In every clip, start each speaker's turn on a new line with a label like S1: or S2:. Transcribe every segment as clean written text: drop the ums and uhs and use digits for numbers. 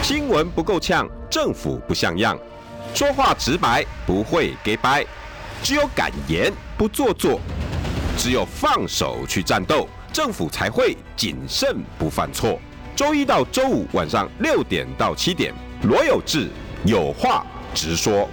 S1: 新闻不够呛，政府不像样，说话直白，不会给掰，只有敢言不做作，只有放手去战斗，政府才会谨慎不犯错。周一到周五晚上6点到7点，罗有志有话直说。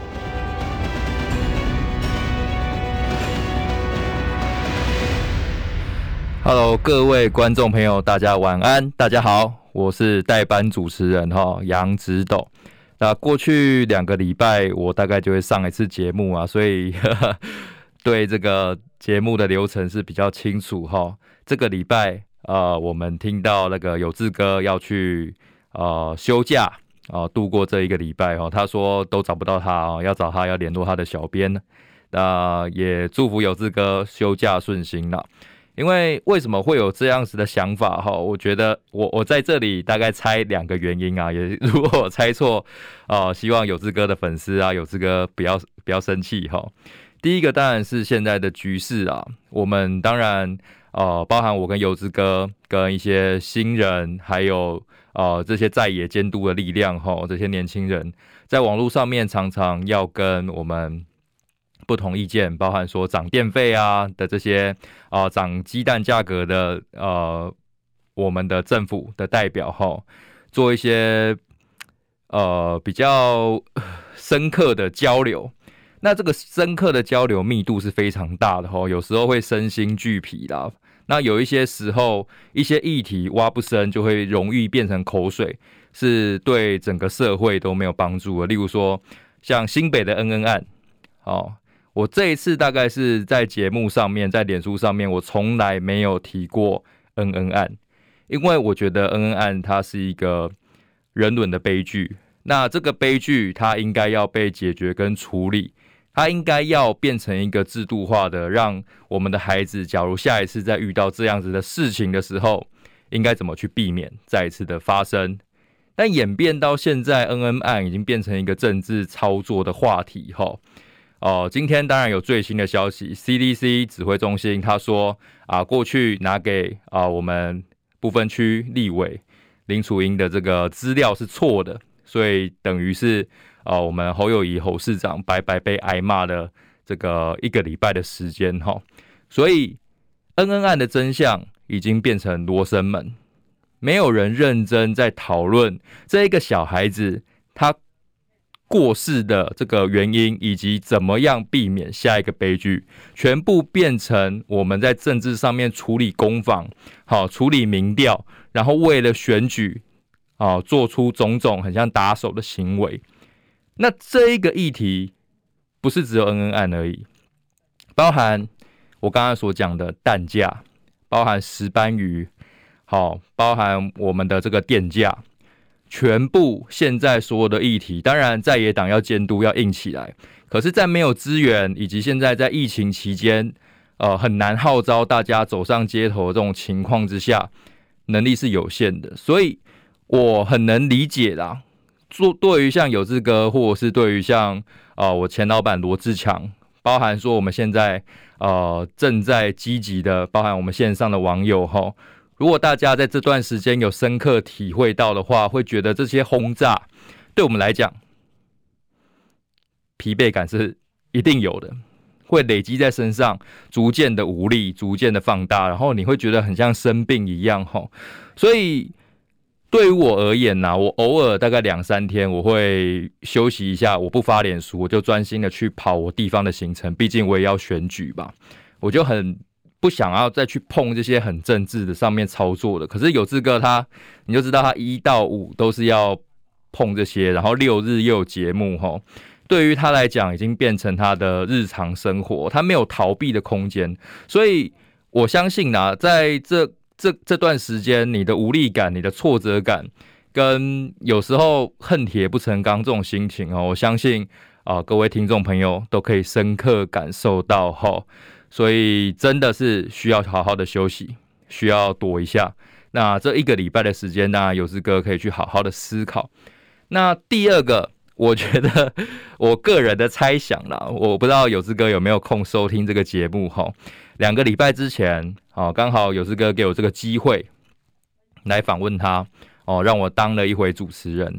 S2: Hello， 各位观众朋友，大家晚安，大家好，我是代班主持人杨直斗。那过去2个礼拜，我大概就会上一次节目啊，所以对这个节目的流程是比较清楚哈。这个礼拜我们听到那个有志哥要去休假度过这一个礼拜他说都找不到他要找他要联络他的小编，也祝福有志哥休假顺心了。因为为什么会有这样子的想法我觉得我在这里大概猜2个原因啊，也如果我猜错希望有志哥的粉丝有志哥不要生气第一个当然是现在的局势啊，我们当然包含我跟有志哥跟一些新人，还有这些在野监督的力量这些年轻人在网络上面常常要跟我们不同意见，包含说涨电费的这些涨鸡蛋价格的我们的政府的代表做一些比较深刻的交流。那这个深刻的交流密度是非常大的有时候会身心俱疲啦。那有一些时候一些议题挖不深，就会容易变成口水，是对整个社会都没有帮助的。例如说像新北的恩恩案我这一次大概是在节目上面，在脸书上面，我从来没有提过恩恩案，因为我觉得恩恩案它是一个人伦的悲剧。那这个悲剧它应该要被解决跟处理，它应该要变成一个制度化的，让我们的孩子假如下一次再遇到这样子的事情的时候，应该怎么去避免再一次的发生。但演变到现在，恩恩案已经变成一个政治操作的话题今天当然有最新的消息 ，CDC 指挥中心他说过去拿给我们不分区立委林楚英的这个资料是错的，所以等于是我们侯友宜侯市长白白被挨骂的这个1个礼拜的时间所以恩恩案的真相已经变成罗生门，没有人认真在讨论这一个小孩子他过世的这个原因，以及怎么样避免下一个悲剧，全部变成我们在政治上面处理攻防，处理民调，然后为了选举做出种种很像打手的行为。那这一个议题不是只有恩恩案而已，包含我刚刚所讲的蛋价，包含石斑鱼，包含我们的这个电价。全部现在所有的议题，当然在野党要监督要硬起来，可是在没有资源以及现在在疫情期间很难号召大家走上街头的这种情况之下，能力是有限的。所以我很能理解啦，对于像有志哥，或者是对于像我前老板罗志强，包含说我们现在正在积极的，包含我们线上的网友如果大家在这段时间有深刻体会到的话，会觉得这些轰炸对我们来讲疲惫感是一定有的，会累积在身上，逐渐的无力，逐渐的放大，然后你会觉得很像生病一样所以对于我而言我偶尔大概2-3天我会休息一下，我不发脸书，我就专心的去跑我地方的行程，毕竟我也要选举吧，我就很不想要再去碰这些很政治的上面操作的。可是有志哥你就知道他1到5都是要碰这些，然后6日又有节目对于他来讲已经变成他的日常生活，他没有逃避的空间。所以我相信在这段时间，你的无力感，你的挫折感，跟有时候恨铁不成钢这种心情我相信各位听众朋友都可以深刻感受到所以真的是需要好好的休息，需要躲一下。那这1个礼拜的时间，当然有志哥可以去好好的思考。那第二个，我觉得我个人的猜想啦，我不知道有志哥有没有空收听这个节目2个礼拜之前刚好有志哥给我这个机会来访问他让我当了一回主持人。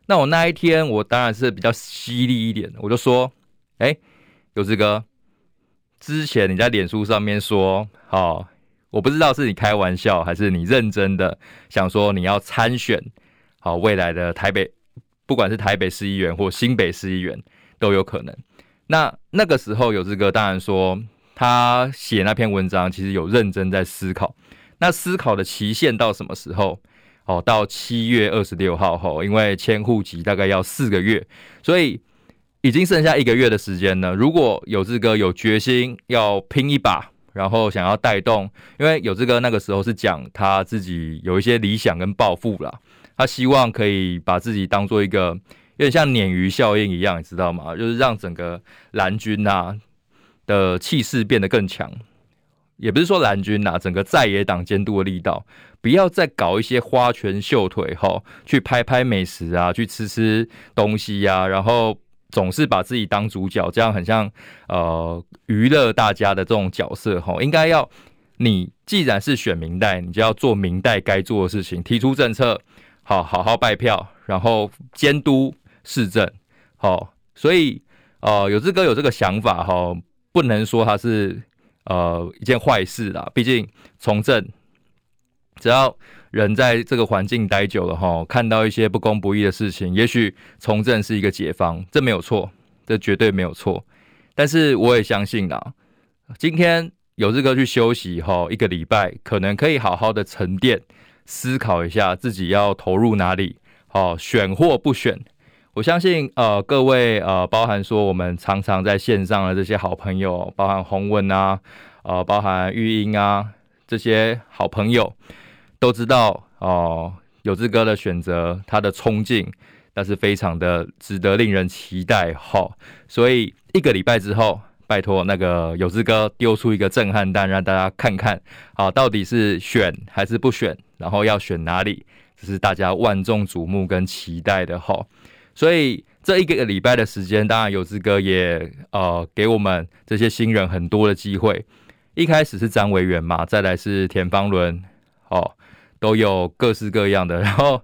S2: 那我那一天我当然是比较犀利一点，我就说，有志哥，之前你在脸书上面说，我不知道是你开玩笑还是你认真的想说你要参选，未来的台北，不管是台北市议员或新北市议员都有可能。那个时候有志哥当然说，他写那篇文章其实有认真在思考。那思考的期限到什么时候？到7月26号后，因为迁户籍大概要4个月，所以已经剩下1个月的时间了。如果有志哥有决心要拼一把，然后想要带动，因为有志哥那个时候是讲他自己有一些理想跟抱负啦，他希望可以把自己当做一个有点像鲶鱼效应一样，你知道吗？就是让整个蓝军的气势变得更强。也不是说蓝军整个在野党监督的力道，不要再搞一些花拳绣腿去拍拍美食去吃吃东西然后总是把自己当主角，这样很像娱乐大家的这种角色应该要你既然是选民代，你就要做民代该做的事情，提出政策，好好拜票，然后监督市政所以有志哥有这个想法不能说他是一件坏事啦，毕竟从政，只要人在这个环境待久了看到一些不公不义的事情，也许从政是一个解放，这没有错，这绝对没有错。但是我也相信啦，今天有志哥去休息1个礼拜，可能可以好好的沉淀，思考一下自己要投入哪里，选或不选。我相信各位包含说我们常常在线上的这些好朋友，包含洪文包含玉英这些好朋友都知道有志哥的选择，他的冲劲，那是非常的值得令人期待所以1个礼拜之后，拜托那个有志哥丢出一个震撼弹，让大家看看到底是选还是不选，然后要选哪里，这是大家万众瞩目跟期待的所以这1个礼拜的时间，当然有志哥也给我们这些新人很多的机会。一开始是张维元嘛，再来是田方伦都有各式各样的。然后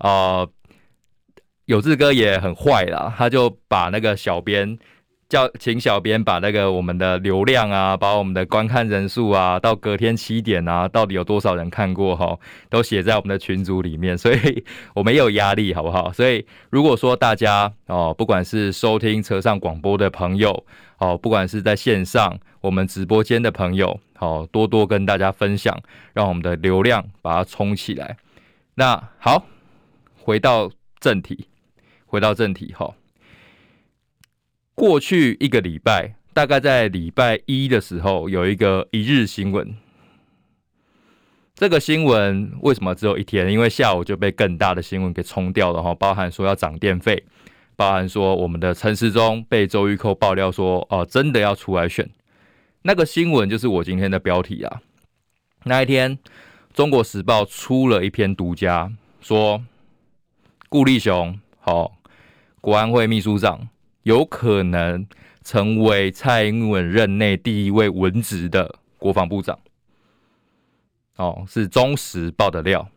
S2: 有志哥也很坏啦，他就把那个小编请小编把那个我们的流量把我们的观看人数到隔天7点到底有多少人看过都写在我们的群组里面，所以我们也有压力，好不好？所以如果说大家不管是收听车上广播的朋友不管是在线上我们直播间的朋友多多跟大家分享，让我们的流量把它冲起来。那好，回到正题过去1个礼拜，大概在礼拜1的时候，有一个一日新闻。这个新闻为什么只有1天？因为下午就被更大的新闻给冲掉了包含说要涨电费，包含说我们的陈时中被周玉蔻爆料说真的要出来选。那个新闻就是我今天的标题那一天，中国时报出了一篇独家，说顾立雄国安会秘书长有可能成为蔡英文任内第1位文职的国防部长是中时报的料。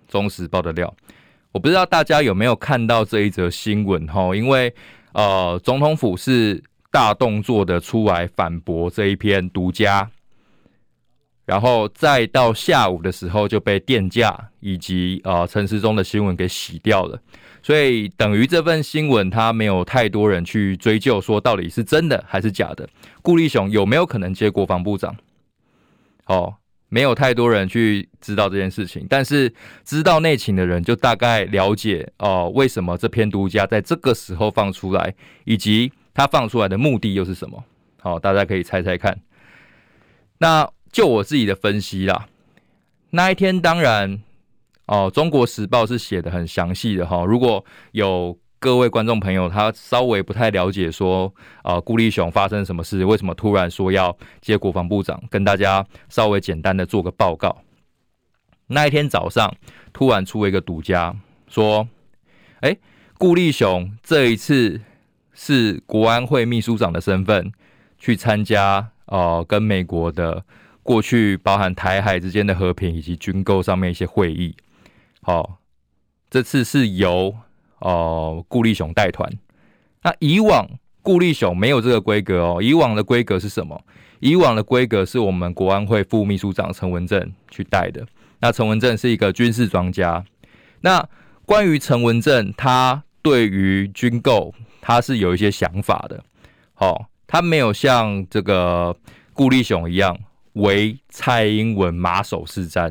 S2: 我不知道大家有没有看到这一则新闻因为总统府是大动作的出来反驳这一篇独家，然后再到下午的时候就被电价以及陈时中的新闻给洗掉了。所以等于这份新闻他没有太多人去追究说到底是真的还是假的，顾立雄有没有可能接国防部长没有太多人去知道这件事情，但是知道内情的人就大概了解为什么这篇独家在这个时候放出来，以及他放出来的目的又是什么大家可以猜猜看。那就我自己的分析啦，那一天当然中国时报是写的很详细的如果有各位观众朋友他稍微不太了解说顾立雄发生什么事，为什么突然说要接国防部长，跟大家稍微简单的做个报告。那一天早上突然出了一个独家，说顾立雄这一次是国安会秘书长的身份去参加跟美国的过去包含台海之间的和平以及军购上面一些会议这次是由顾立雄带团。那以往顾立雄没有这个规格哦，以往的规格是什么？以往的规格是我们国安会副秘书长陈文正去带的。那陈文正是一个军事专家。那关于陈文正，他对于军购他是有一些想法的。他没有像这个顾立雄一样为蔡英文马首是瞻。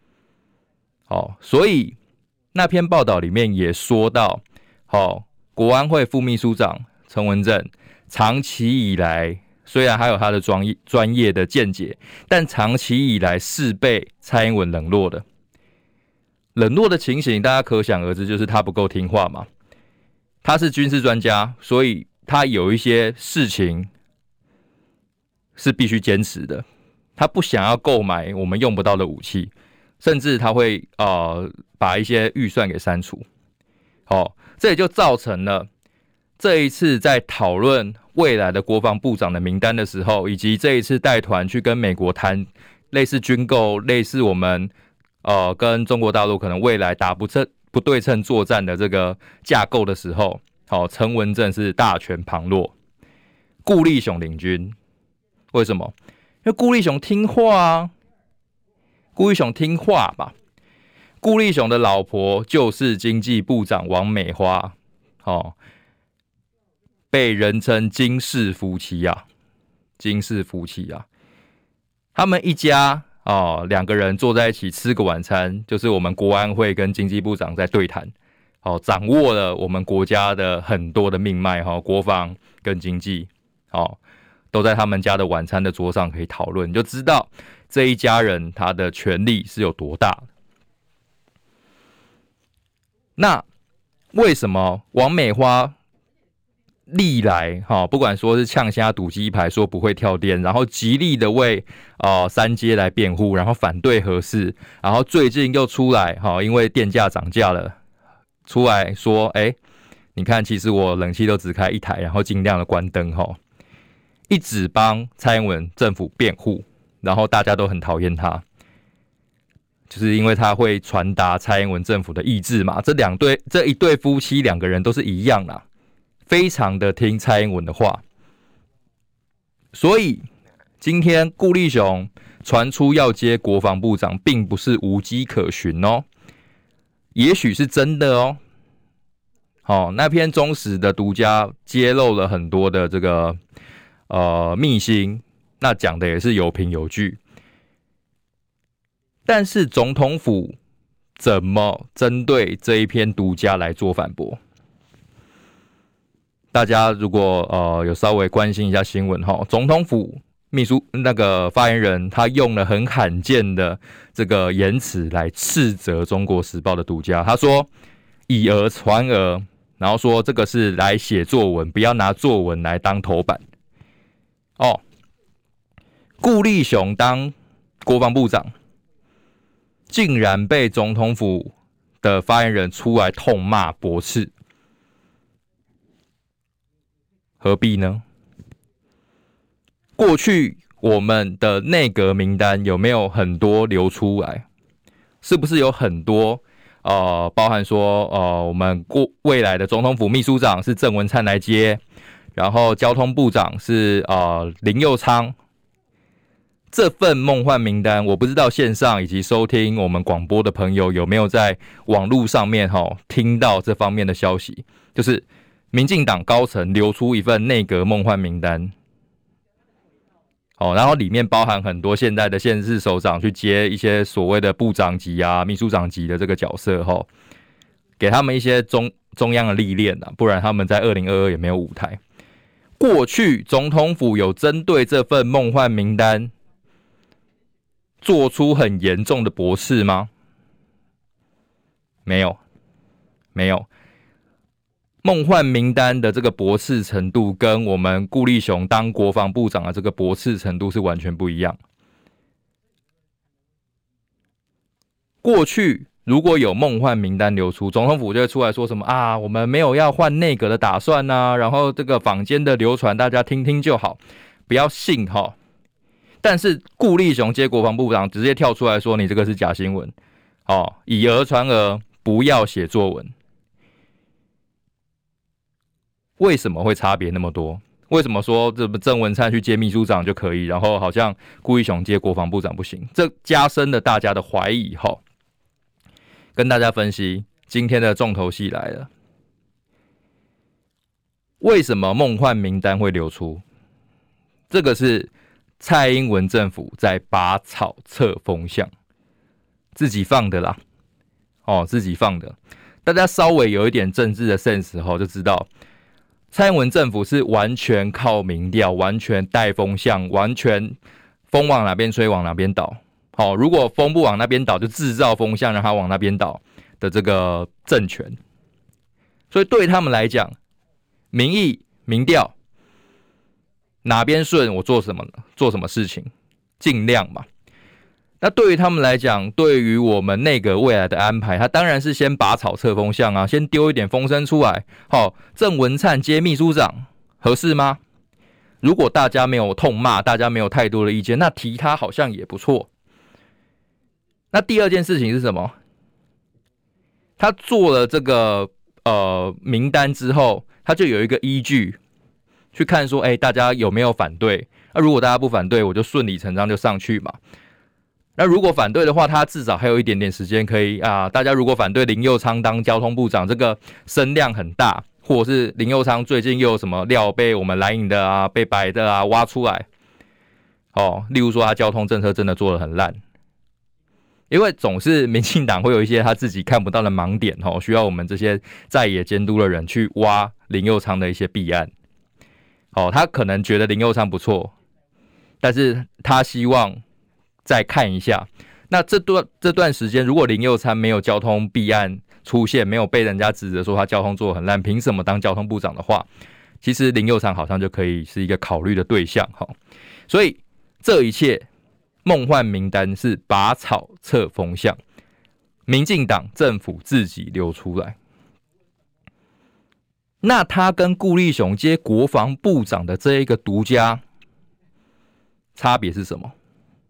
S2: 所以那篇报道里面也说到，国安会副秘书长陈文正长期以来，虽然还有他的专业的见解，但长期以来是被蔡英文冷落的。冷落的情形，大家可想而知，就是他不够听话嘛。他是军事专家，所以他有一些事情是必须坚持的。他不想要购买我们用不到的武器，甚至他会把一些预算给删除。这也就造成了这一次在讨论未来的国防部长的名单的时候，以及这一次带团去跟美国谈类似军购、类似我们跟中国大陆可能未来打不对称作战的这个架构的时候，陈文正是大权旁落，顾立雄领军。为什么？因为顾立雄听话啊，顾立雄听话吧。顾立雄的老婆就是经济部长王美花，被人称金氏夫妻啊，金氏夫妻啊。他们一家两个人坐在一起吃个晚餐，就是我们国安会跟经济部长在对谈，掌握了我们国家的很多的命脉，国防跟经济，都在他们家的晚餐的桌上可以讨论，你就知道这一家人他的权力是有多大。那为什么王美花历来不管说是呛虾赌鸡排，说不会跳电，然后极力的为三接来辩护，然后反对核四，然后最近又出来因为电价涨价了，出来说你看其实我冷气都只开一台，然后尽量的关灯，一直帮蔡英文政府辩护，然后大家都很讨厌他，就是因为他会传达蔡英文政府的意志嘛。这一对夫妻两个人都是一样啦，非常的听蔡英文的话。所以今天顾立雄传出要接国防部长，并不是无迹可循哦，也许是真的哦。那篇中时的独家揭露了很多的这个秘辛，那讲的也是有凭有据。但是总统府怎么针对这一篇独家来做反驳？大家如果有稍微关心一下新闻总统府秘书那个发言人他用了很罕见的这个言辞来斥责中国时报的独家，他说以讹传讹，然后说这个是来写作文，不要拿作文来当头版。顾立雄当国防部长，竟然被总统府的发言人出来痛骂驳斥，何必呢？过去我们的内阁名单有没有很多流出来？是不是有很多包含说我们未来的总统府秘书长是郑文灿来接，然后交通部长是林右昌。这份梦幻名单，我不知道线上以及收听我们广播的朋友有没有在网络上面听到这方面的消息，就是民进党高层流出一份内阁梦幻名单，然后里面包含很多现在的县市首长去接一些所谓的部长级啊、秘书长级的这个角色给他们一些中央的历练不然他们在2022也没有舞台。过去总统府有针对这份梦幻名单做出很严重的驳斥吗？没有。梦幻名单的这个驳斥程度跟我们顾立雄当国防部长的这个驳斥程度是完全不一样。过去如果有梦幻名单流出，总统府就会出来说什么我们没有要换内阁的打算啊，然后这个坊间的流传大家听听就好，不要信但是顾立雄接国防部长直接跳出来说你这个是假新闻以讹传讹，不要写作文。 为什么会差别那么多？为什么说这郑文灿去接秘书长就可以，然后好像顾立雄接国防部长不行？这加深了大家的怀疑。跟大家分析今天的重头戏来了。为什么梦幻名单会流出？这个是蔡英文政府在拔草测风向，自己放的啦。自己放的。大家稍微有一点政治的 sense 就知道，蔡英文政府是完全靠民调，完全带风向，完全风往哪边吹往哪边倒。如果风不往那边倒，就制造风向让它往那边倒的这个政权。所以对他们来讲，民意民调哪边顺我做什么事情，尽量嘛。那对于他们来讲，对于我们内阁未来的安排，他当然是先拔草测风向啊，先丢一点风声出来。郑文灿接秘书长合适吗？如果大家没有痛骂，大家没有太多的意见，那提他好像也不错。那第二件事情是什么？他做了这个名单之后，他就有一个依据去看说，大家有没有反对？那如果大家不反对，我就顺理成章就上去嘛。那如果反对的话，他至少还有一点点时间可以大家如果反对林右昌当交通部长，这个声量很大，或者是林右昌最近又有什么料被我们蓝营的被白的挖出来，例如说他交通政策真的做得很烂，因为总是民进党会有一些他自己看不到的盲点，需要我们这些在野监督的人去挖林右昌的一些弊案。他可能觉得林右昌不错，但是他希望再看一下。那这段时间，如果林右昌没有交通弊案出现，没有被人家指责说他交通做得很烂，凭什么当交通部长的话，其实林右昌好像就可以是一个考虑的对象。所以这一切梦幻名单是拔草测风向，民进党政府自己流出来。那他跟顾立雄接国防部长的这一个独家差别是什么？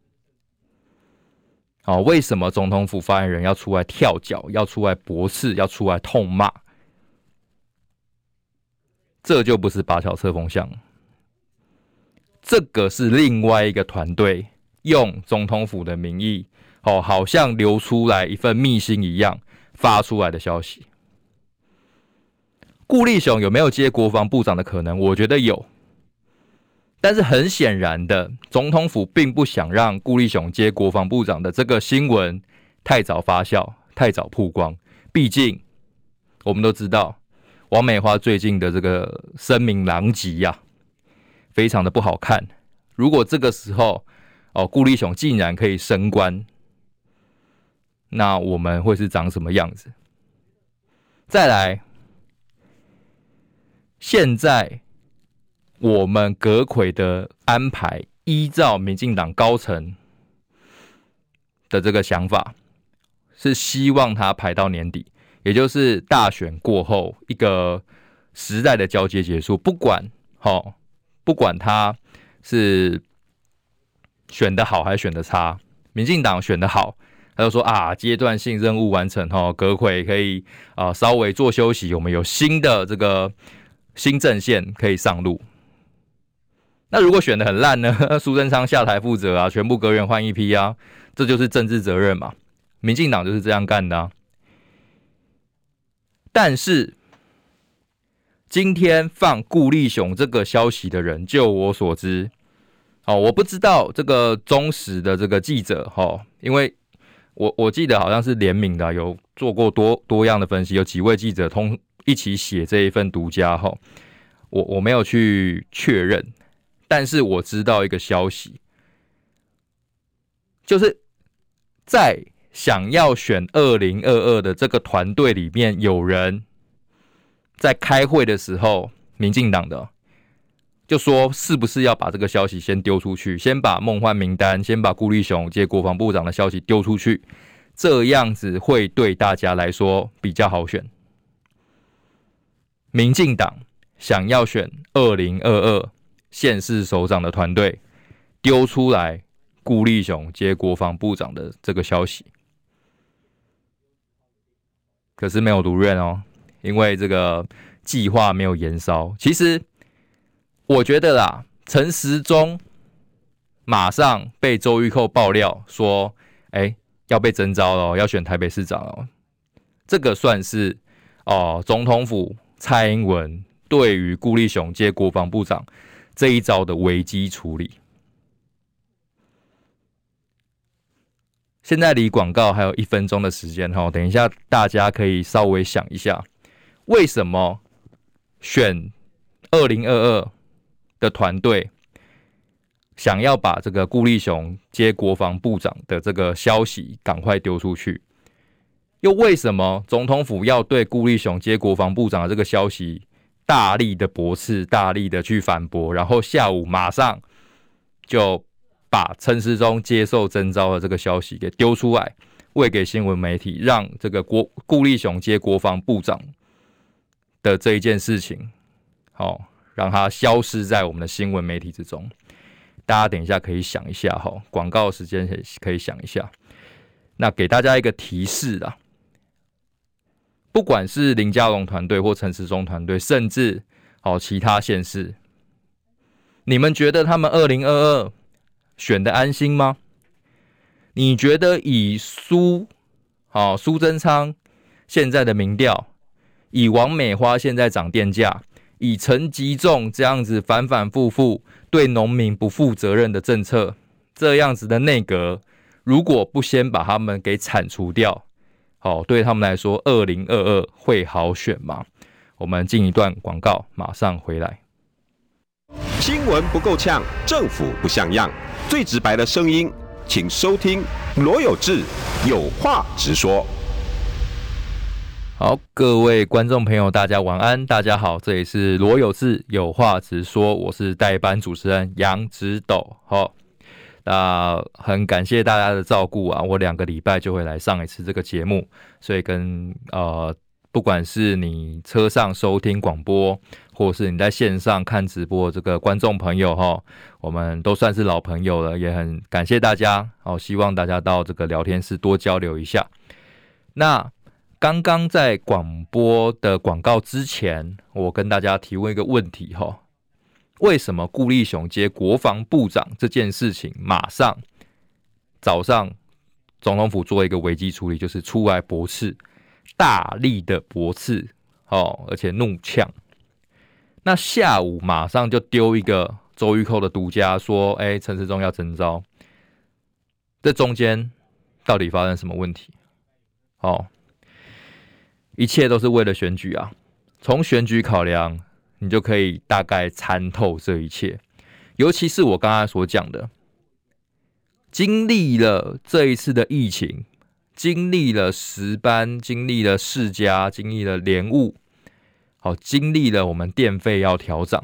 S2: 为什么总统府发言人要出来跳脚，要出来驳斥，要出来痛骂？这就不是拔草测风向，这个是另外一个团队用总统府的名义，好像流出来一份密信一样发出来的消息。顾立雄有没有接国防部长的可能？我觉得有。但是很显然的，总统府并不想让顾立雄接国防部长的这个新闻太早发酵、太早曝光。毕竟我们都知道，王美花最近的这个声名狼藉非常的不好看。如果这个时候顾立雄竟然可以升官，那我们会是长什么样子？再来，现在我们阁揆的安排，依照民进党高层的这个想法，是希望他排到年底，也就是大选过后一个时代的交接结束。不管他是选得好还是选得差，民进党选得好，他就说阶段性任务完成，阁揆可以稍微做休息，我们有新的这个新阵线可以上路。那如果选得很烂呢？苏贞昌下台负责全部阁员换一批这就是政治责任嘛。民进党就是这样干的但是今天放顾立雄这个消息的人，就我所知，我不知道这个中时的这个记者因为我记得好像是联名的，有做过多样的分析，有几位记者一起写这一份独家我没有去确认。但是我知道一个消息，就是在想要选2022的这个团队里面，有人在开会的时候，民进党的就说是不是要把这个消息先丢出去，先把梦幻名单，先把顾立雄接国防部长的消息丢出去，这样子会对大家来说比较好选。民进党想要选2022县市首长的团队，丢出来顾立雄接国防部长的这个消息，可是没有如愿因为这个计划没有延烧。其实我觉得啦，陈时中马上被周玉蔻爆料说，要被征召了，要选台北市长了。这个算是总统府蔡英文对于顾立雄接国防部长这一招的危机处理。现在离广告还有1分钟的时间，等一下大家可以稍微想一下，为什么选2022的团队想要把这个顾立雄接国防部长的这个消息赶快丢出去，又为什么总统府要对顾立雄接国防部长的这个消息大力的驳斥，大力的去反驳，然后下午马上就把陈时中接受征召的这个消息给丢出来，喂给新闻媒体，让这个顾立雄接国防部长的这一件事情，让它消失在我们的新闻媒体之中。大家等一下可以想一下，广告时间可以想一下。那给大家一个提示啦，不管是林佳龙团队或陈时中团队，甚至其他县市，你们觉得他们2022选的安心吗？你觉得以苏贞昌现在的民调，以王美花现在涨电价，以陈吉仲这样子反反复复对农民不负责任的政策，这样子的内阁，如果不先把他们给铲除掉，对他们来说2022会好选吗？我们进一段广告，马上回来。
S1: 新闻不够呛，政府不像样，最直白的声音，请收听罗有志有话直说。
S2: 好，各位观众朋友，大家晚安，大家好，这里是罗有志有话直说，我是代班主持人杨直斗。那很感谢大家的照顾啊，我2个礼拜就会来上一次这个节目，所以跟不管是你车上收听广播，或是你在线上看直播这个观众朋友我们都算是老朋友了，也很感谢大家希望大家到这个聊天室多交流一下。那刚刚在广播的广告之前，我跟大家提问一个问题为什么顾立雄接国防部长这件事情，马上早上总统府做一个危机处理，就是出来驳斥，大力的驳斥而且怒呛。那下午马上就丢一个周玉蔻的独家，说陈时中要征召，这中间到底发生什么问题？一切都是为了选举啊！从选举考量，你就可以大概参透这一切。尤其是我刚才所讲的，经历了这一次的疫情，经历了石斑，经历了世家，经历了莲雾，经历了我们电费要调涨，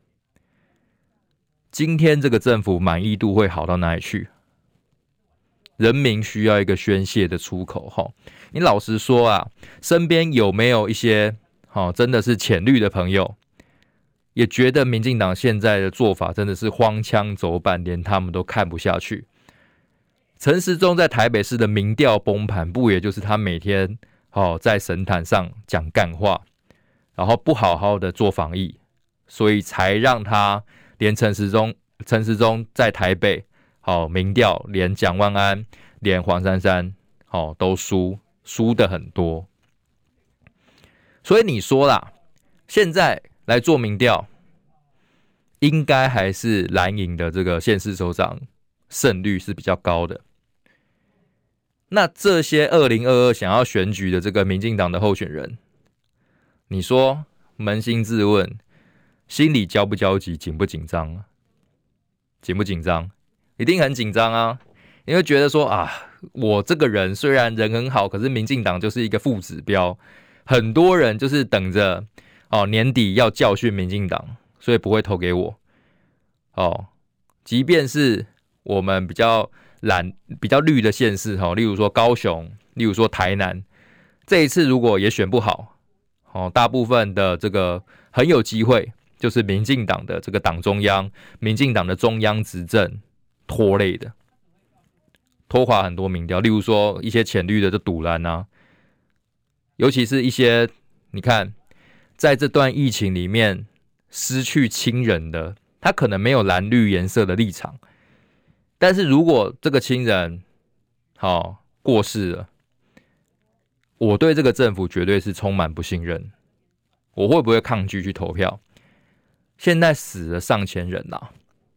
S2: 今天这个政府满意度会好到哪里去？人民需要一个宣泄的出口你老实说啊，身边有没有一些真的是浅绿的朋友，也觉得民进党现在的做法真的是荒腔走板，连他们都看不下去。陈时中在台北市的民调崩盘，不也就是他每天在神坛上讲干话，然后不好好的做防疫，所以才让他连陈时中在台北民调连蒋万安连黄珊珊都输的很多。所以你说啦，现在来做民调，应该还是蓝营的这个县市首长胜率是比较高的。那这些2022想要选举的这个民进党的候选人，你说扪心自问，心里焦不焦急，紧不紧张？紧不紧张？一定很紧张啊！你会觉得说我这个人虽然人很好，可是民进党就是一个副指标，很多人就是等着年底要教训民进党，所以不会投给我。即便是我们比较绿的县市例如说高雄，例如说台南，这一次如果也选不好，大部分的这个很有机会就是民进党的这个党中央，民进党的中央执政拖累的，拖垮很多民调。例如说一些浅绿的就赌蓝啊，尤其是一些你看在这段疫情里面失去亲人的，他可能没有蓝绿颜色的立场，但是如果这个亲人过世了，我对这个政府绝对是充满不信任。我会不会抗拒去投票？现在死了上千人啊，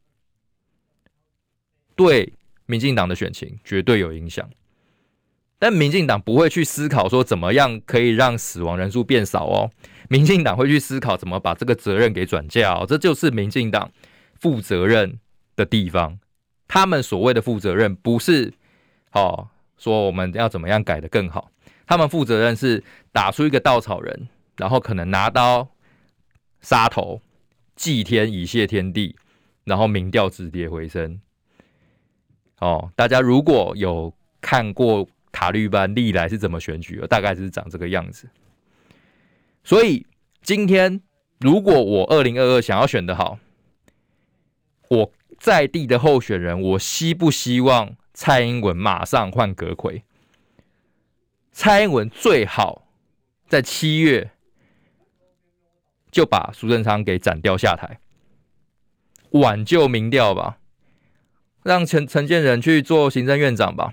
S2: 对民进党的选情绝对有影响。但民进党不会去思考说怎么样可以让死亡人数变少哦，民进党会去思考怎么把这个责任给转嫁哦，这就是民进党负责任的地方。他们所谓的负责任不是说我们要怎么样改得更好，他们负责任是打出一个稻草人，然后可能拿刀杀头，祭天以谢天地，然后民调止跌回升。大家如果有看过塔利班历来是怎么选举的，大概是长这个样子。所以今天如果我2022想要选得好，我在地的候选人，我希不希望蔡英文马上换阁揆？蔡英文最好在7月就把苏贞昌给斩掉下台，挽救民调吧，让陈建仁去做行政院长吧。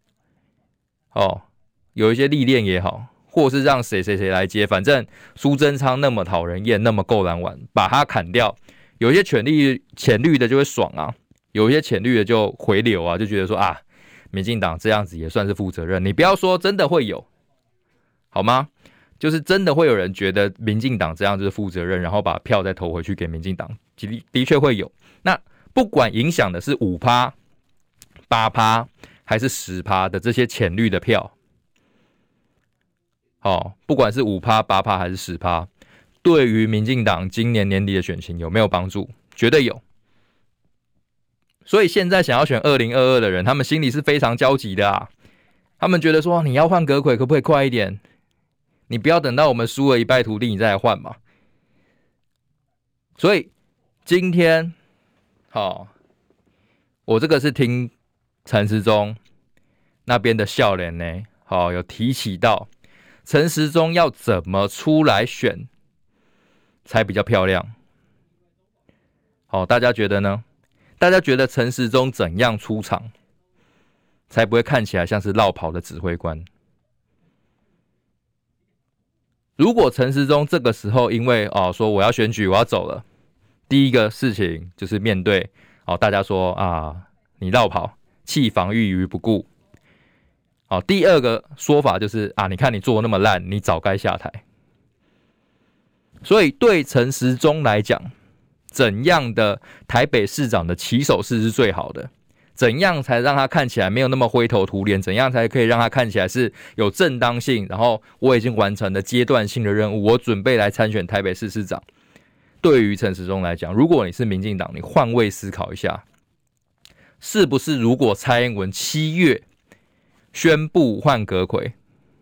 S2: 有一些历练也好，或是让谁来接，反正苏贞昌那么讨人厌，那么够难玩，把他砍掉。有一些浅绿的就会爽啊，有一些浅绿的就回流啊，就觉得说民进党这样子也算是负责任。你不要说真的会有，好吗？就是真的会有人觉得民进党这样就是负责任，然后把票再投回去给民进党，的确会有。那不管影响的是5%、8%还是10%的这些浅绿的票，不管是5%、8%还是10%，对于民进党今年年底的选情有没有帮助？绝对有。所以现在想要选2022的人，他们心里是非常焦急的啊。他们觉得说，你要换阁揆可不可以快一点？你不要等到我们输了一败涂地，你再来换嘛。所以今天，我这个是听陈时中那边的笑脸呢，有提起到陈时中要怎么出来选才比较漂亮。大家觉得呢？大家觉得陈时中怎样出场才不会看起来像是落跑的指挥官？如果陈时中这个时候因为说我要选举我要走了，第一个事情就是面对大家说你落跑，弃防御于不顾。第二个说法就是你看你做得那么烂，你早该下台。所以对陈时中来讲，怎样的台北市长的起手式是最好的？怎样才让他看起来没有那么灰头土脸？怎样才可以让他看起来是有正当性？然后我已经完成了阶段性的任务，我准备来参选台北市市长。对于陈时中来讲，如果你是民进党，你换位思考一下，是不是如果蔡英文7月宣布换阁揆，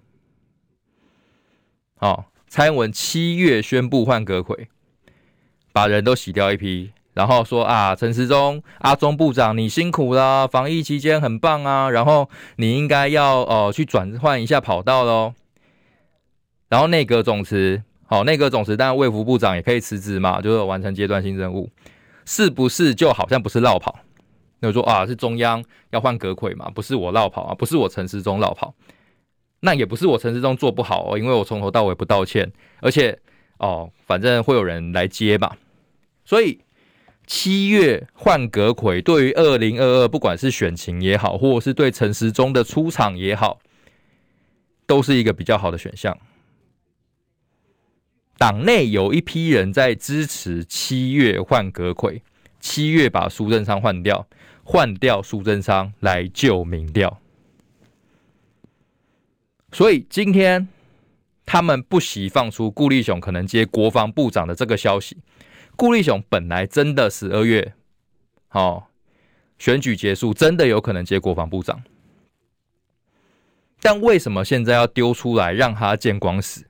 S2: 蔡英文7月宣布换阁揆，把人都洗掉一批，然后说陈时中阿中部长你辛苦啦，防疫期间很棒啊，然后你应该要去转换一下跑道咯。然后内阁总辞，内阁总辞，当然卫福部长也可以辞职嘛，就是完成阶段性任务，是不是就好像不是落跑？那就说是中央要换阁揆嘛，不是我落跑啊，不是我陈时中落跑，那也不是我陈时中做不好因为我从头到尾不道歉，而且反正会有人来接嘛。所以7月换阁揆对于2022不管是选情也好，或者是对陈时中的出场也好，都是一个比较好的选项。党内有一批人在支持7月换阁揆，7月把苏贞昌换掉苏贞昌来救民调。所以今天他们不惜放出顾立雄可能接国防部长的这个消息。顾立雄本来真的12月选举结束真的有可能接国防部长，但为什么现在要丢出来让他见光死？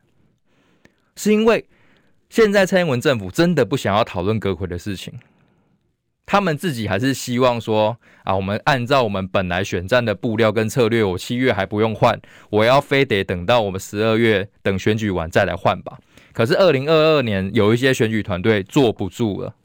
S2: 是因为现在蔡英文政府真的不想要讨论阁揆的事情， 他们自己还是希望说啊，我们按照我们本来选战的步调跟策略，我7月还不用换，我要非得等到我们12月等选举完再来换吧。可是2022年有一些选举团队坐不住了，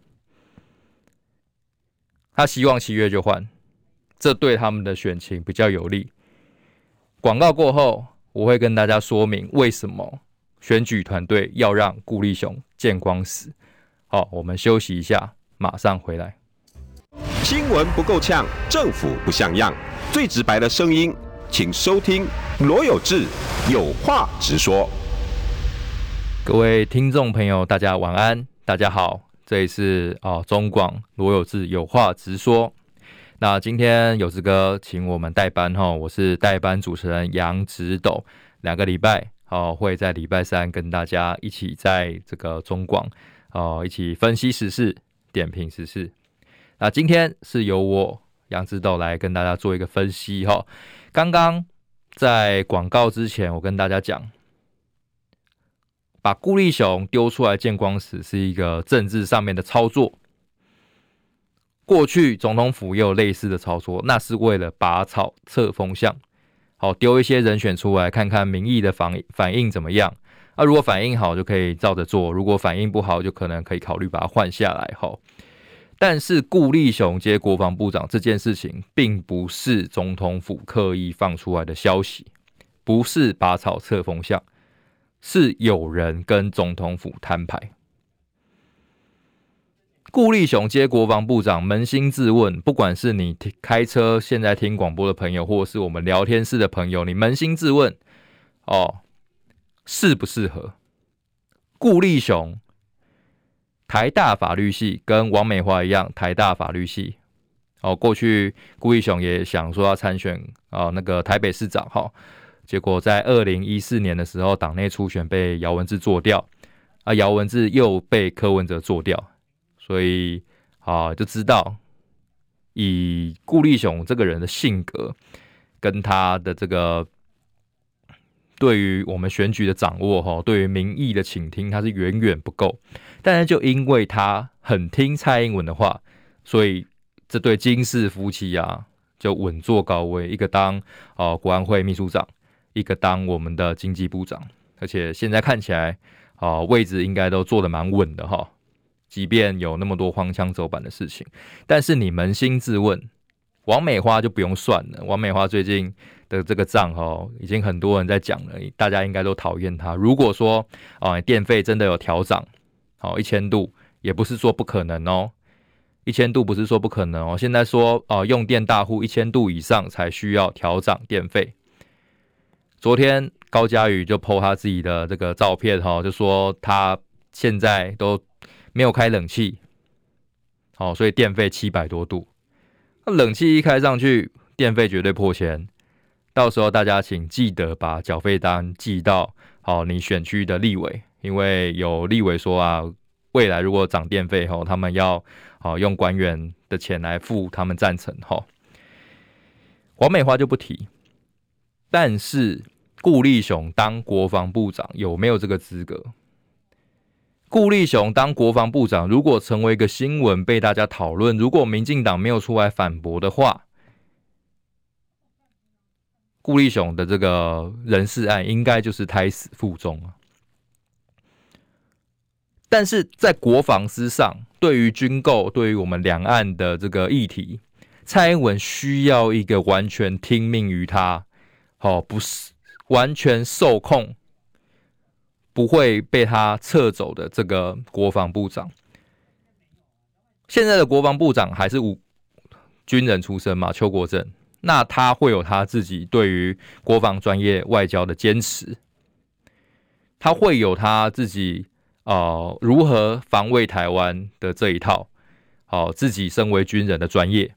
S2: 他希望7月就换，这对他们的选情比较有利。广告过后，我会跟大家说明为什么选举团队要让顾立雄见光死。好，我们休息一下，马上回来。
S1: 新闻不够呛，政府不像样，最直白的声音，请收听罗有志有话直说。
S2: 各位听众朋友，大家晚安，大家好，这里是中广罗有志有话直说。那今天有志哥请我们代班我是代班主持人杨直斗，2个礼拜会在礼拜3跟大家一起在这个中广一起分析时事、点评时事。那今天是由我杨直斗来跟大家做一个分析刚刚在广告之前，我跟大家讲，把顾立雄丢出来见光死是一个政治上面的操作。过去总统府也有类似的操作，那是为了拔草测风向，丢一些人选出来看看民意的反应怎么样。如果反应好就可以照着做，如果反应不好就可能可以考虑把它换下来。但是顾立雄接国防部长这件事情并不是总统府刻意放出来的消息，不是拔草测风向，是有人跟总统府摊牌。顾立雄接国防部长，扪心自问，不管是你开车现在听广播的朋友，或是我们聊天室的朋友，你扪心自问适不适合？顾立雄台大法律系跟王美花一样，台大法律系过去顾立雄也想说要参选那个台北市长结果在2014年的时候，党内初选被姚文智做掉，姚文智又被柯文哲做掉，所以就知道以顾立雄这个人的性格跟他的这个对于我们选举的掌握对于民意的倾听，他是远远不够。但是就因为他很听蔡英文的话，所以这对金氏夫妻就稳坐高位，一个当国安会秘书长，一个当我们的经济部长，而且现在看起来位置应该都坐得蛮稳的即便有那么多荒腔走板的事情。但是你扪心自问，王美花就不用算了，王美花最近的这个账已经很多人在讲了，大家应该都讨厌她。如果说电费真的有调涨1000度，也不是说不可能1000度不是说不可能现在说用电大户1000度以上才需要调涨电费。昨天高嘉瑜就 po 他自己的这个照片就说他现在都没有开冷气所以电费700多度，冷气一开上去电费绝对破千。到时候大家请记得把缴费单寄到你选区的立委，因为有立委说未来如果涨电费他们要用官员的钱来付，他们赞成王美花就不提。但是顾立雄当国防部长有没有这个资格？顾立雄当国防部长如果成为一个新闻被大家讨论，如果民进党没有出来反驳的话，顾立雄的这个人事案应该就是胎死腹中但是在国防之上，对于军购，对于我们两岸的这个议题，蔡英文需要一个完全听命于他不是完全受控，不会被他撤走的这个国防部长。现在的国防部长还是军人出身嘛，邱国正，那他会有他自己对于国防专业外交的坚持，他会有他自己如何防卫台湾的这一套自己身为军人的专业。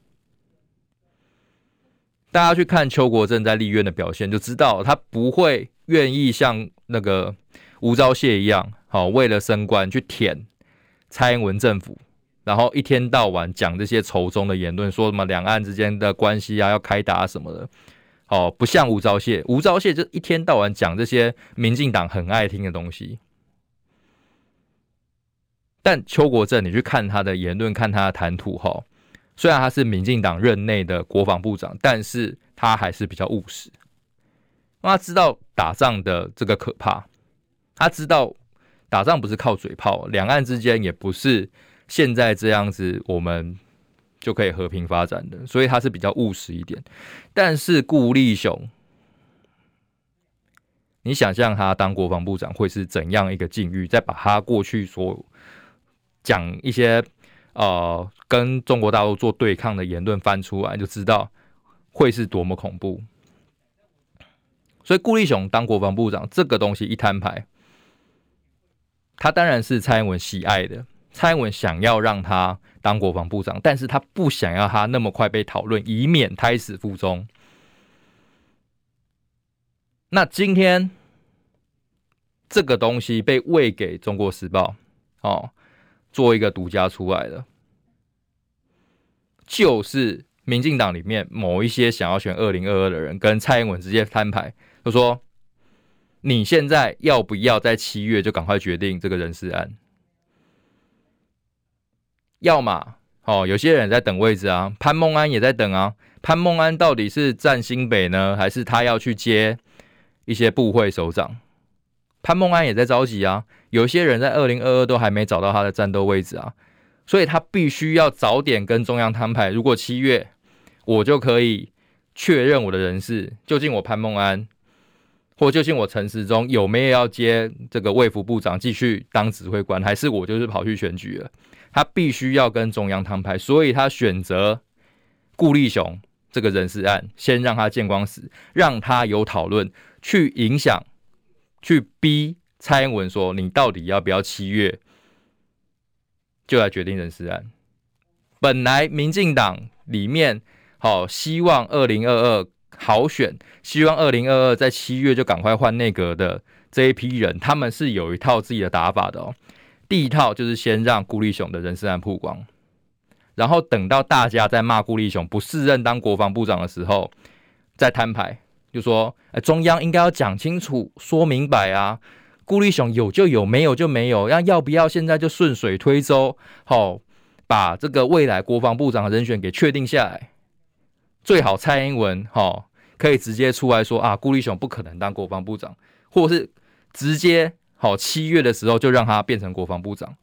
S2: 大家去看邱国正在立院的表现就知道，他不会愿意像那个吴钊燮一样为了升官去舔蔡英文政府，然后一天到晚讲这些仇中的言论，说什么两岸之间的关系要开打什么的不像吴钊燮，吴钊燮就一天到晚讲这些民进党很爱听的东西。但邱国正你去看他的言论，看他的谈吐虽然他是民进党任内的国防部长，但是他还是比较务实。他知道打仗的这个可怕，他知道打仗不是靠嘴炮，两岸之间也不是现在这样子我们就可以和平发展的，所以他是比较务实一点。但是顾立雄，你想象他当国防部长会是怎样一个境遇？再把他过去所讲一些跟中国大陆做对抗的言论翻出来，就知道会是多么恐怖。所以顾立雄当国防部长这个东西一摊牌，他当然是蔡英文喜爱的，蔡英文想要让他当国防部长，但是他不想要他那么快被讨论，以免胎死腹中。那今天这个东西被喂给中国时报做一个独家出来的，就是民进党里面某一些想要选2022的人跟蔡英文直接摊牌，就说你现在要不要在7月就赶快决定这个人事案？要嘛有些人在等位置啊，潘孟安也在等啊。潘孟安到底是站新北呢，还是他要去接一些部会首长？潘孟安也在着急啊，有些人在2022都还没找到他的战斗位置啊，所以他必须要早点跟中央摊牌。如果7月我就可以确认我的人事，究竟我潘孟安或究竟我陈时中有没有要接这个卫福部长继续当指挥官，还是我就是跑去选举了？他必须要跟中央摊牌，所以他选择顾立雄这个人事案，先让他见光死，让他有讨论，去影响，去逼蔡英文说你到底要不要7月就来决定人事案。本来民进党里面希望2022好选，希望2022在7月就赶快换内阁的这一批人，他们是有一套自己的打法的第一套就是先让顾立雄的人事案曝光，然后等到大家在骂顾立雄不适任当国防部长的时候，再摊牌，就说中央应该要讲清楚、说明白啊。顾立雄有就有，没有就没有，要不要现在就顺水推舟，把这个未来国防部长的人选给确定下来。最好蔡英文可以直接出来说顾立雄不可能当国防部长，或者是直接7月的时候就让他变成国防部长。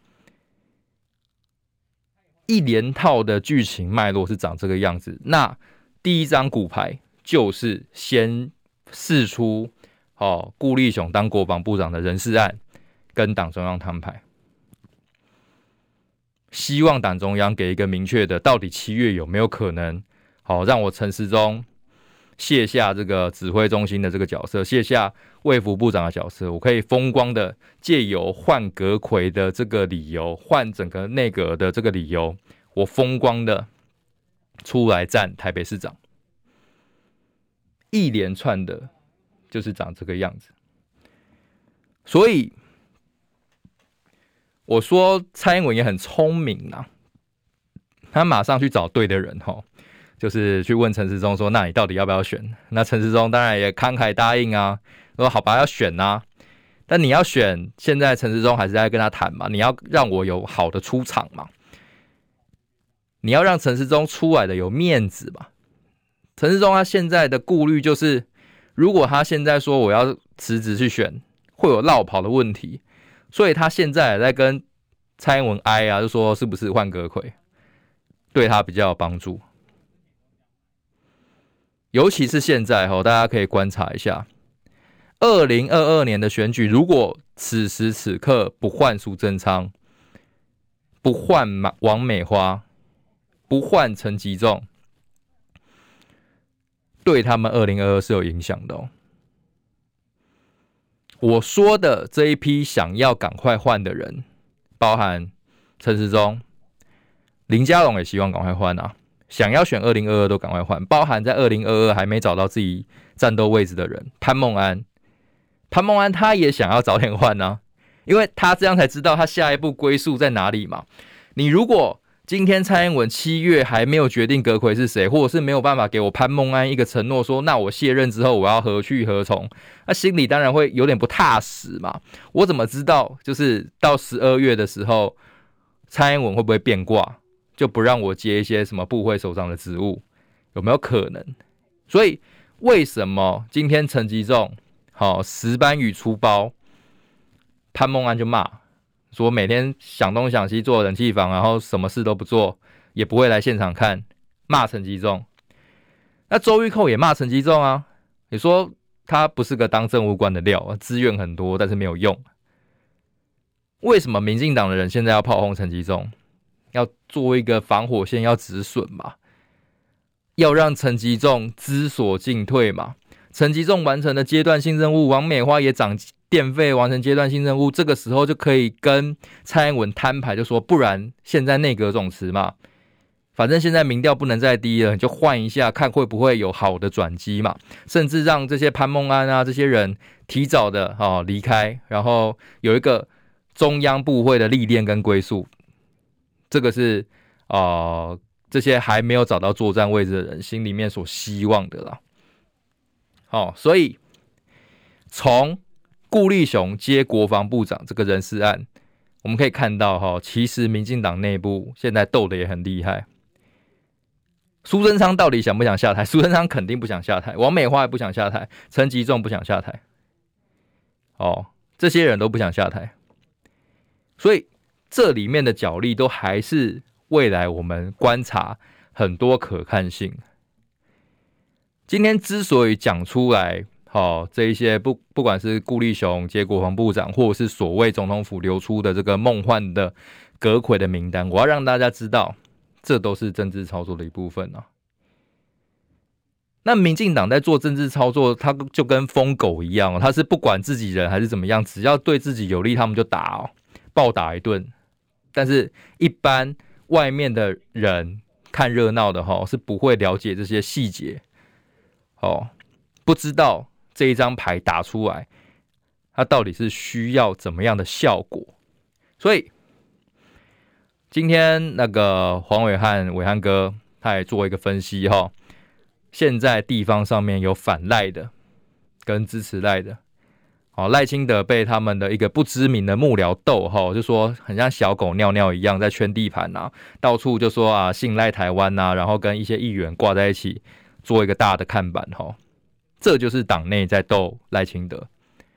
S2: 一连套的剧情脉络是长这个样子。那第一张骨牌就是先释出顾立雄当国防部长的人事案，跟党中央摊牌，希望党中央给一个明确的，到底7月有没有可能让我陈时中卸下这个指挥中心的这个角色，卸下卫福部长的角色，我可以风光的借由换阁揆的这个理由，换整个内阁的这个理由，我风光的出来站台北市长。一连串的就是长这个样子。所以我说蔡英文也很聪明啊，他马上去找对的人就是去问陈时中说，那你到底要不要选？那陈时中当然也慷慨答应啊，说好吧，要选啊。但你要选，现在陈时中还是在跟他谈嘛，你要让我有好的出场嘛，你要让陈时中出来的有面子嘛。陈时中他现在的顾虑就是，如果他现在说我要辞职去选，会有落跑的问题，所以他现在也在跟蔡英文哀啊，就说是不是换阁揆对他比较有帮助。尤其是现在大家可以观察一下2022年的选举，如果此时此刻不换苏贞昌，不换王美花，不换陈吉仲，对他们2022是有影响的我说的这一批想要赶快换的人，包含陈时中、林佳龙也希望赶快换啊，想要选2022都赶快换，包含在2022还没找到自己战斗位置的人，潘孟安他也想要早点换啊，因为他这样才知道他下一步归宿在哪里嘛。你如果今天蔡英文7月还没有决定阁揆是谁，或者是没有办法给我潘孟安一个承诺说，那我卸任之后我要何去何从，那心里当然会有点不踏实嘛。我怎么知道就是到12月的时候蔡英文会不会变卦， 就不让我接一些什么部会首长的职务，有没有可能？所以为什么今天陈吉仲石斑鱼出包，潘孟安就骂说每天想东想西做冷气房，然后什么事都不做，也不会来现场看，骂陈吉仲。那周玉蔻也骂陈吉仲啊，也说他不是个当政务官的料，资源很多但是没有用。为什么民进党的人现在要炮轰陈吉仲？要做一个防火线，要止损嘛，要让陈吉仲知所进退嘛。陈吉仲完成了阶段性任务，王美花也涨电费，完成阶段性任务，这个时候就可以跟蔡英文摊牌，就说不然现在内阁总辞嘛，反正现在民调不能再低了，你就换一下，看会不会有好的转机嘛。甚至让这些潘孟安啊这些人提早的离开，然后有一个中央部会的历练跟归宿，这个是这些还没有找到作战位置的人心里面所希望的啦。所以从顾立雄接国防部长这个人事案，我们可以看到其实民进党内部现在斗得也很厉害。苏贞昌到底想不想下台？苏贞昌肯定不想下台，王美花也不想下台，陈吉仲不想下台，这些人都不想下台，所以这里面的角力都还是未来我们观察很多可看性。今天之所以讲出来这一些不管是顾立雄接国防部长，或者是所谓总统府流出的这个梦幻的阁揆的名单，我要让大家知道这都是政治操作的一部分啊。那民进党在做政治操作，他就跟疯狗一样他是不管自己人还是怎么样，只要对自己有利他们就打暴打一顿。但是一般外面的人看热闹的是不会了解这些细节不知道这一张牌打出来它到底是需要怎么样的效果。所以今天那个黄伟汉伟汉哥他也做一个分析现在地方上面有反赖的跟支持赖的赖清德被他们的一个不知名的幕僚斗就说很像小狗尿尿一样在圈地盘到处就说信赖台湾然后跟一些议员挂在一起做一个大的看板这就是党内在斗赖清德。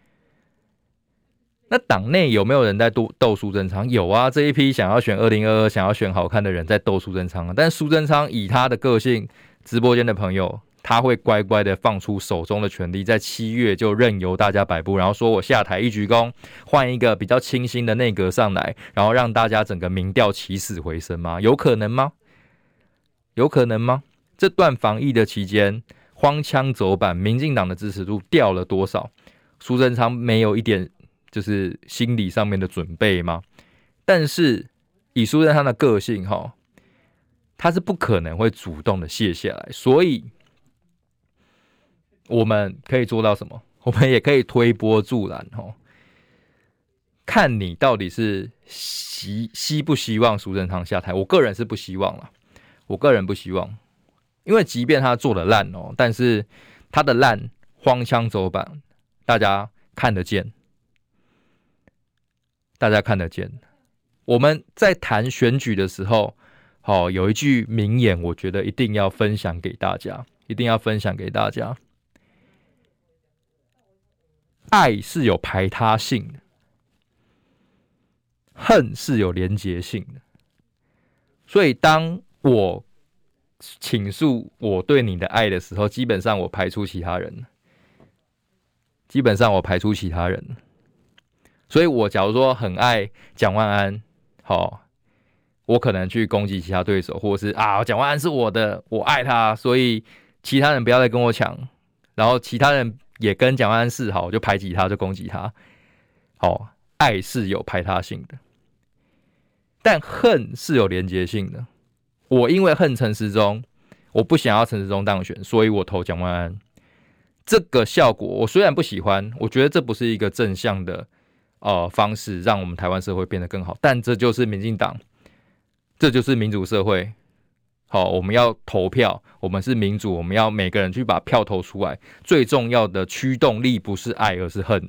S2: 那党内有没有人在斗苏贞昌？有啊，这一批想要选2022想要选好看的人在斗苏贞昌但苏贞昌以他的个性，直播间的朋友他会乖乖的放出手中的权力，在7月就任由大家摆布，然后说我下台一鞠躬，换一个比较清新的内阁上来，然后让大家整个民调起死回生吗？有可能吗？有可能吗？这段防疫的期间荒腔走板，民进党的支持度掉了多少？苏贞昌没有一点就是心理上面的准备吗？但是以苏贞昌的个性他是不可能会主动的卸下来，所以我们可以做到什么？我们也可以推波助澜看你到底是希不希望苏贞昌下台。我个人是不希望啦，我个人不希望，因为即便他做的烂但是他的烂荒腔走板，大家看得见，大家看得见。我们在谈选举的时候有一句名言，我觉得一定要分享给大家，一定要分享给大家。爱是有排他性的，恨是有连结性的。所以当我倾诉我对你的爱的时候，基本上我排除其他人，所以我假如说很爱蒋万安我可能去攻击其他对手，或者是蒋万安是我的，我爱他，所以其他人不要再跟我抢，然后其他人也跟蒋万安示好，就排挤他，就攻击他。爱是有排他性的，但恨是有连结性的。我因为恨陈时中，我不想要陈时中当选，所以我投蒋万安。这个效果我虽然不喜欢，我觉得这不是一个正向的方式，让我们台湾社会变得更好，但这就是民进党，这就是民主社会。我们要投票，我们是民主，我们要每个人去把票投出来。最重要的驱动力不是爱，而是恨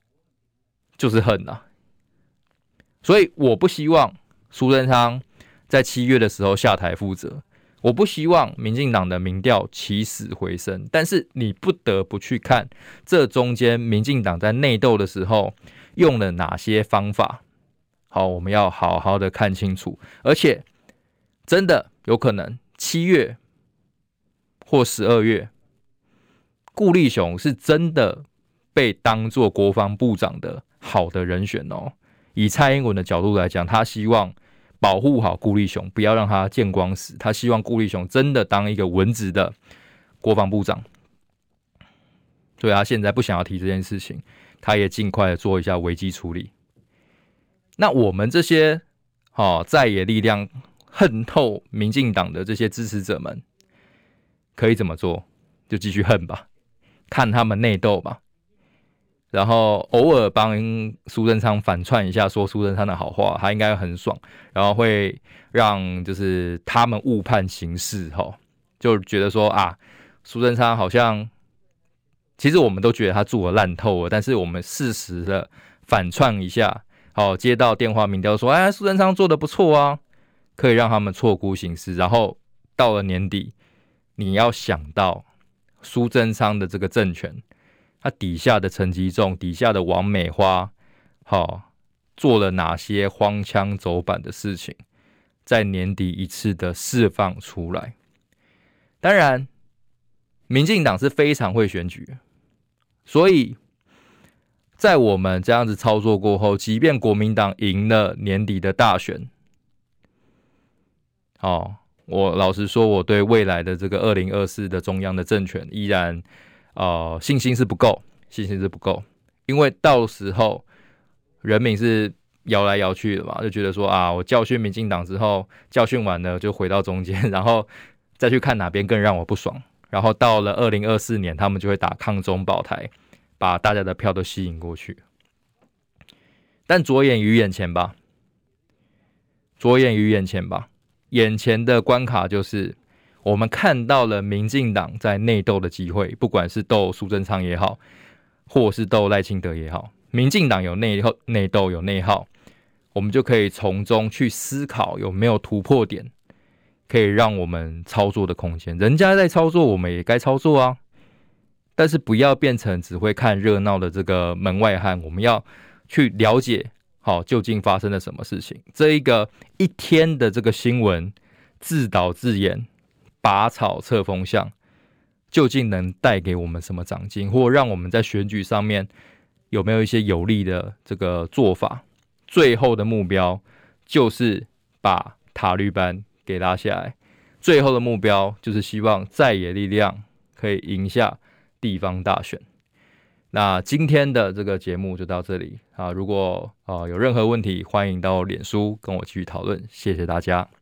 S2: 就是恨所以我不希望苏贞昌在7月的时候下台负责。我不希望民进党的民调起死回生，但是你不得不去看这中间民进党在内斗的时候用了哪些方法。好，我们要好好的看清楚，而且真的有可能7月或12月，顾立雄是真的被当作国防部长的好的人选哦。以蔡英文的角度来讲，他希望保护好顾立雄，不要让他见光死。他希望顾立雄真的当一个文职的国防部长，所以他现在不想要提这件事情，他也尽快的做一下危机处理。那我们这些在野力量恨透民进党的这些支持者们，可以怎么做？就继续恨吧，看他们内斗吧。然后偶尔帮苏贞昌反串一下，说苏贞昌的好话，他应该很爽。然后会让就是他们误判形势，就觉得说啊，苏贞昌好像，其实我们都觉得他做得烂透了，但是我们适时的反串一下，接到电话民调说，哎，苏贞昌做得不错啊，可以让他们错估形势。然后到了年底，你要想到苏贞昌的这个政权。他底下的陈吉仲，底下的王美花，做了哪些荒腔走板的事情，在年底一次的释放出来。当然，民进党是非常会选举，所以在我们这样子操作过后，即便国民党赢了年底的大选，我老实说，我对未来的这个2024的中央的政权依然。信心是不够，因为到时候人民是摇来摇去的嘛，就觉得说啊，我教训民进党之后，教训完了就回到中间，然后再去看哪边更让我不爽，然后到了2024年，他们就会打抗中保台，把大家的票都吸引过去。但着眼于眼前吧，眼前的关卡就是。我们看到了民进党在内斗的机会，不管是斗苏贞昌也好，或是斗赖清德也好，民进党有内斗有内耗，我们就可以从中去思考有没有突破点，可以让我们操作的空间。人家在操作，我们也该操作啊，但是不要变成只会看热闹的这个门外汉，我们要去了解究竟发生了什么事情。这一天的这个新闻自导自演。拔草测风向，究竟能带给我们什么长进，或让我们在选举上面有没有一些有利的这个做法？最后的目标就是把塔利班给拉下来，最后的目标就是希望在野力量可以赢下地方大选。那今天的这个节目就到这里啊！如果有任何问题，欢迎到脸书跟我继续讨论。谢谢大家。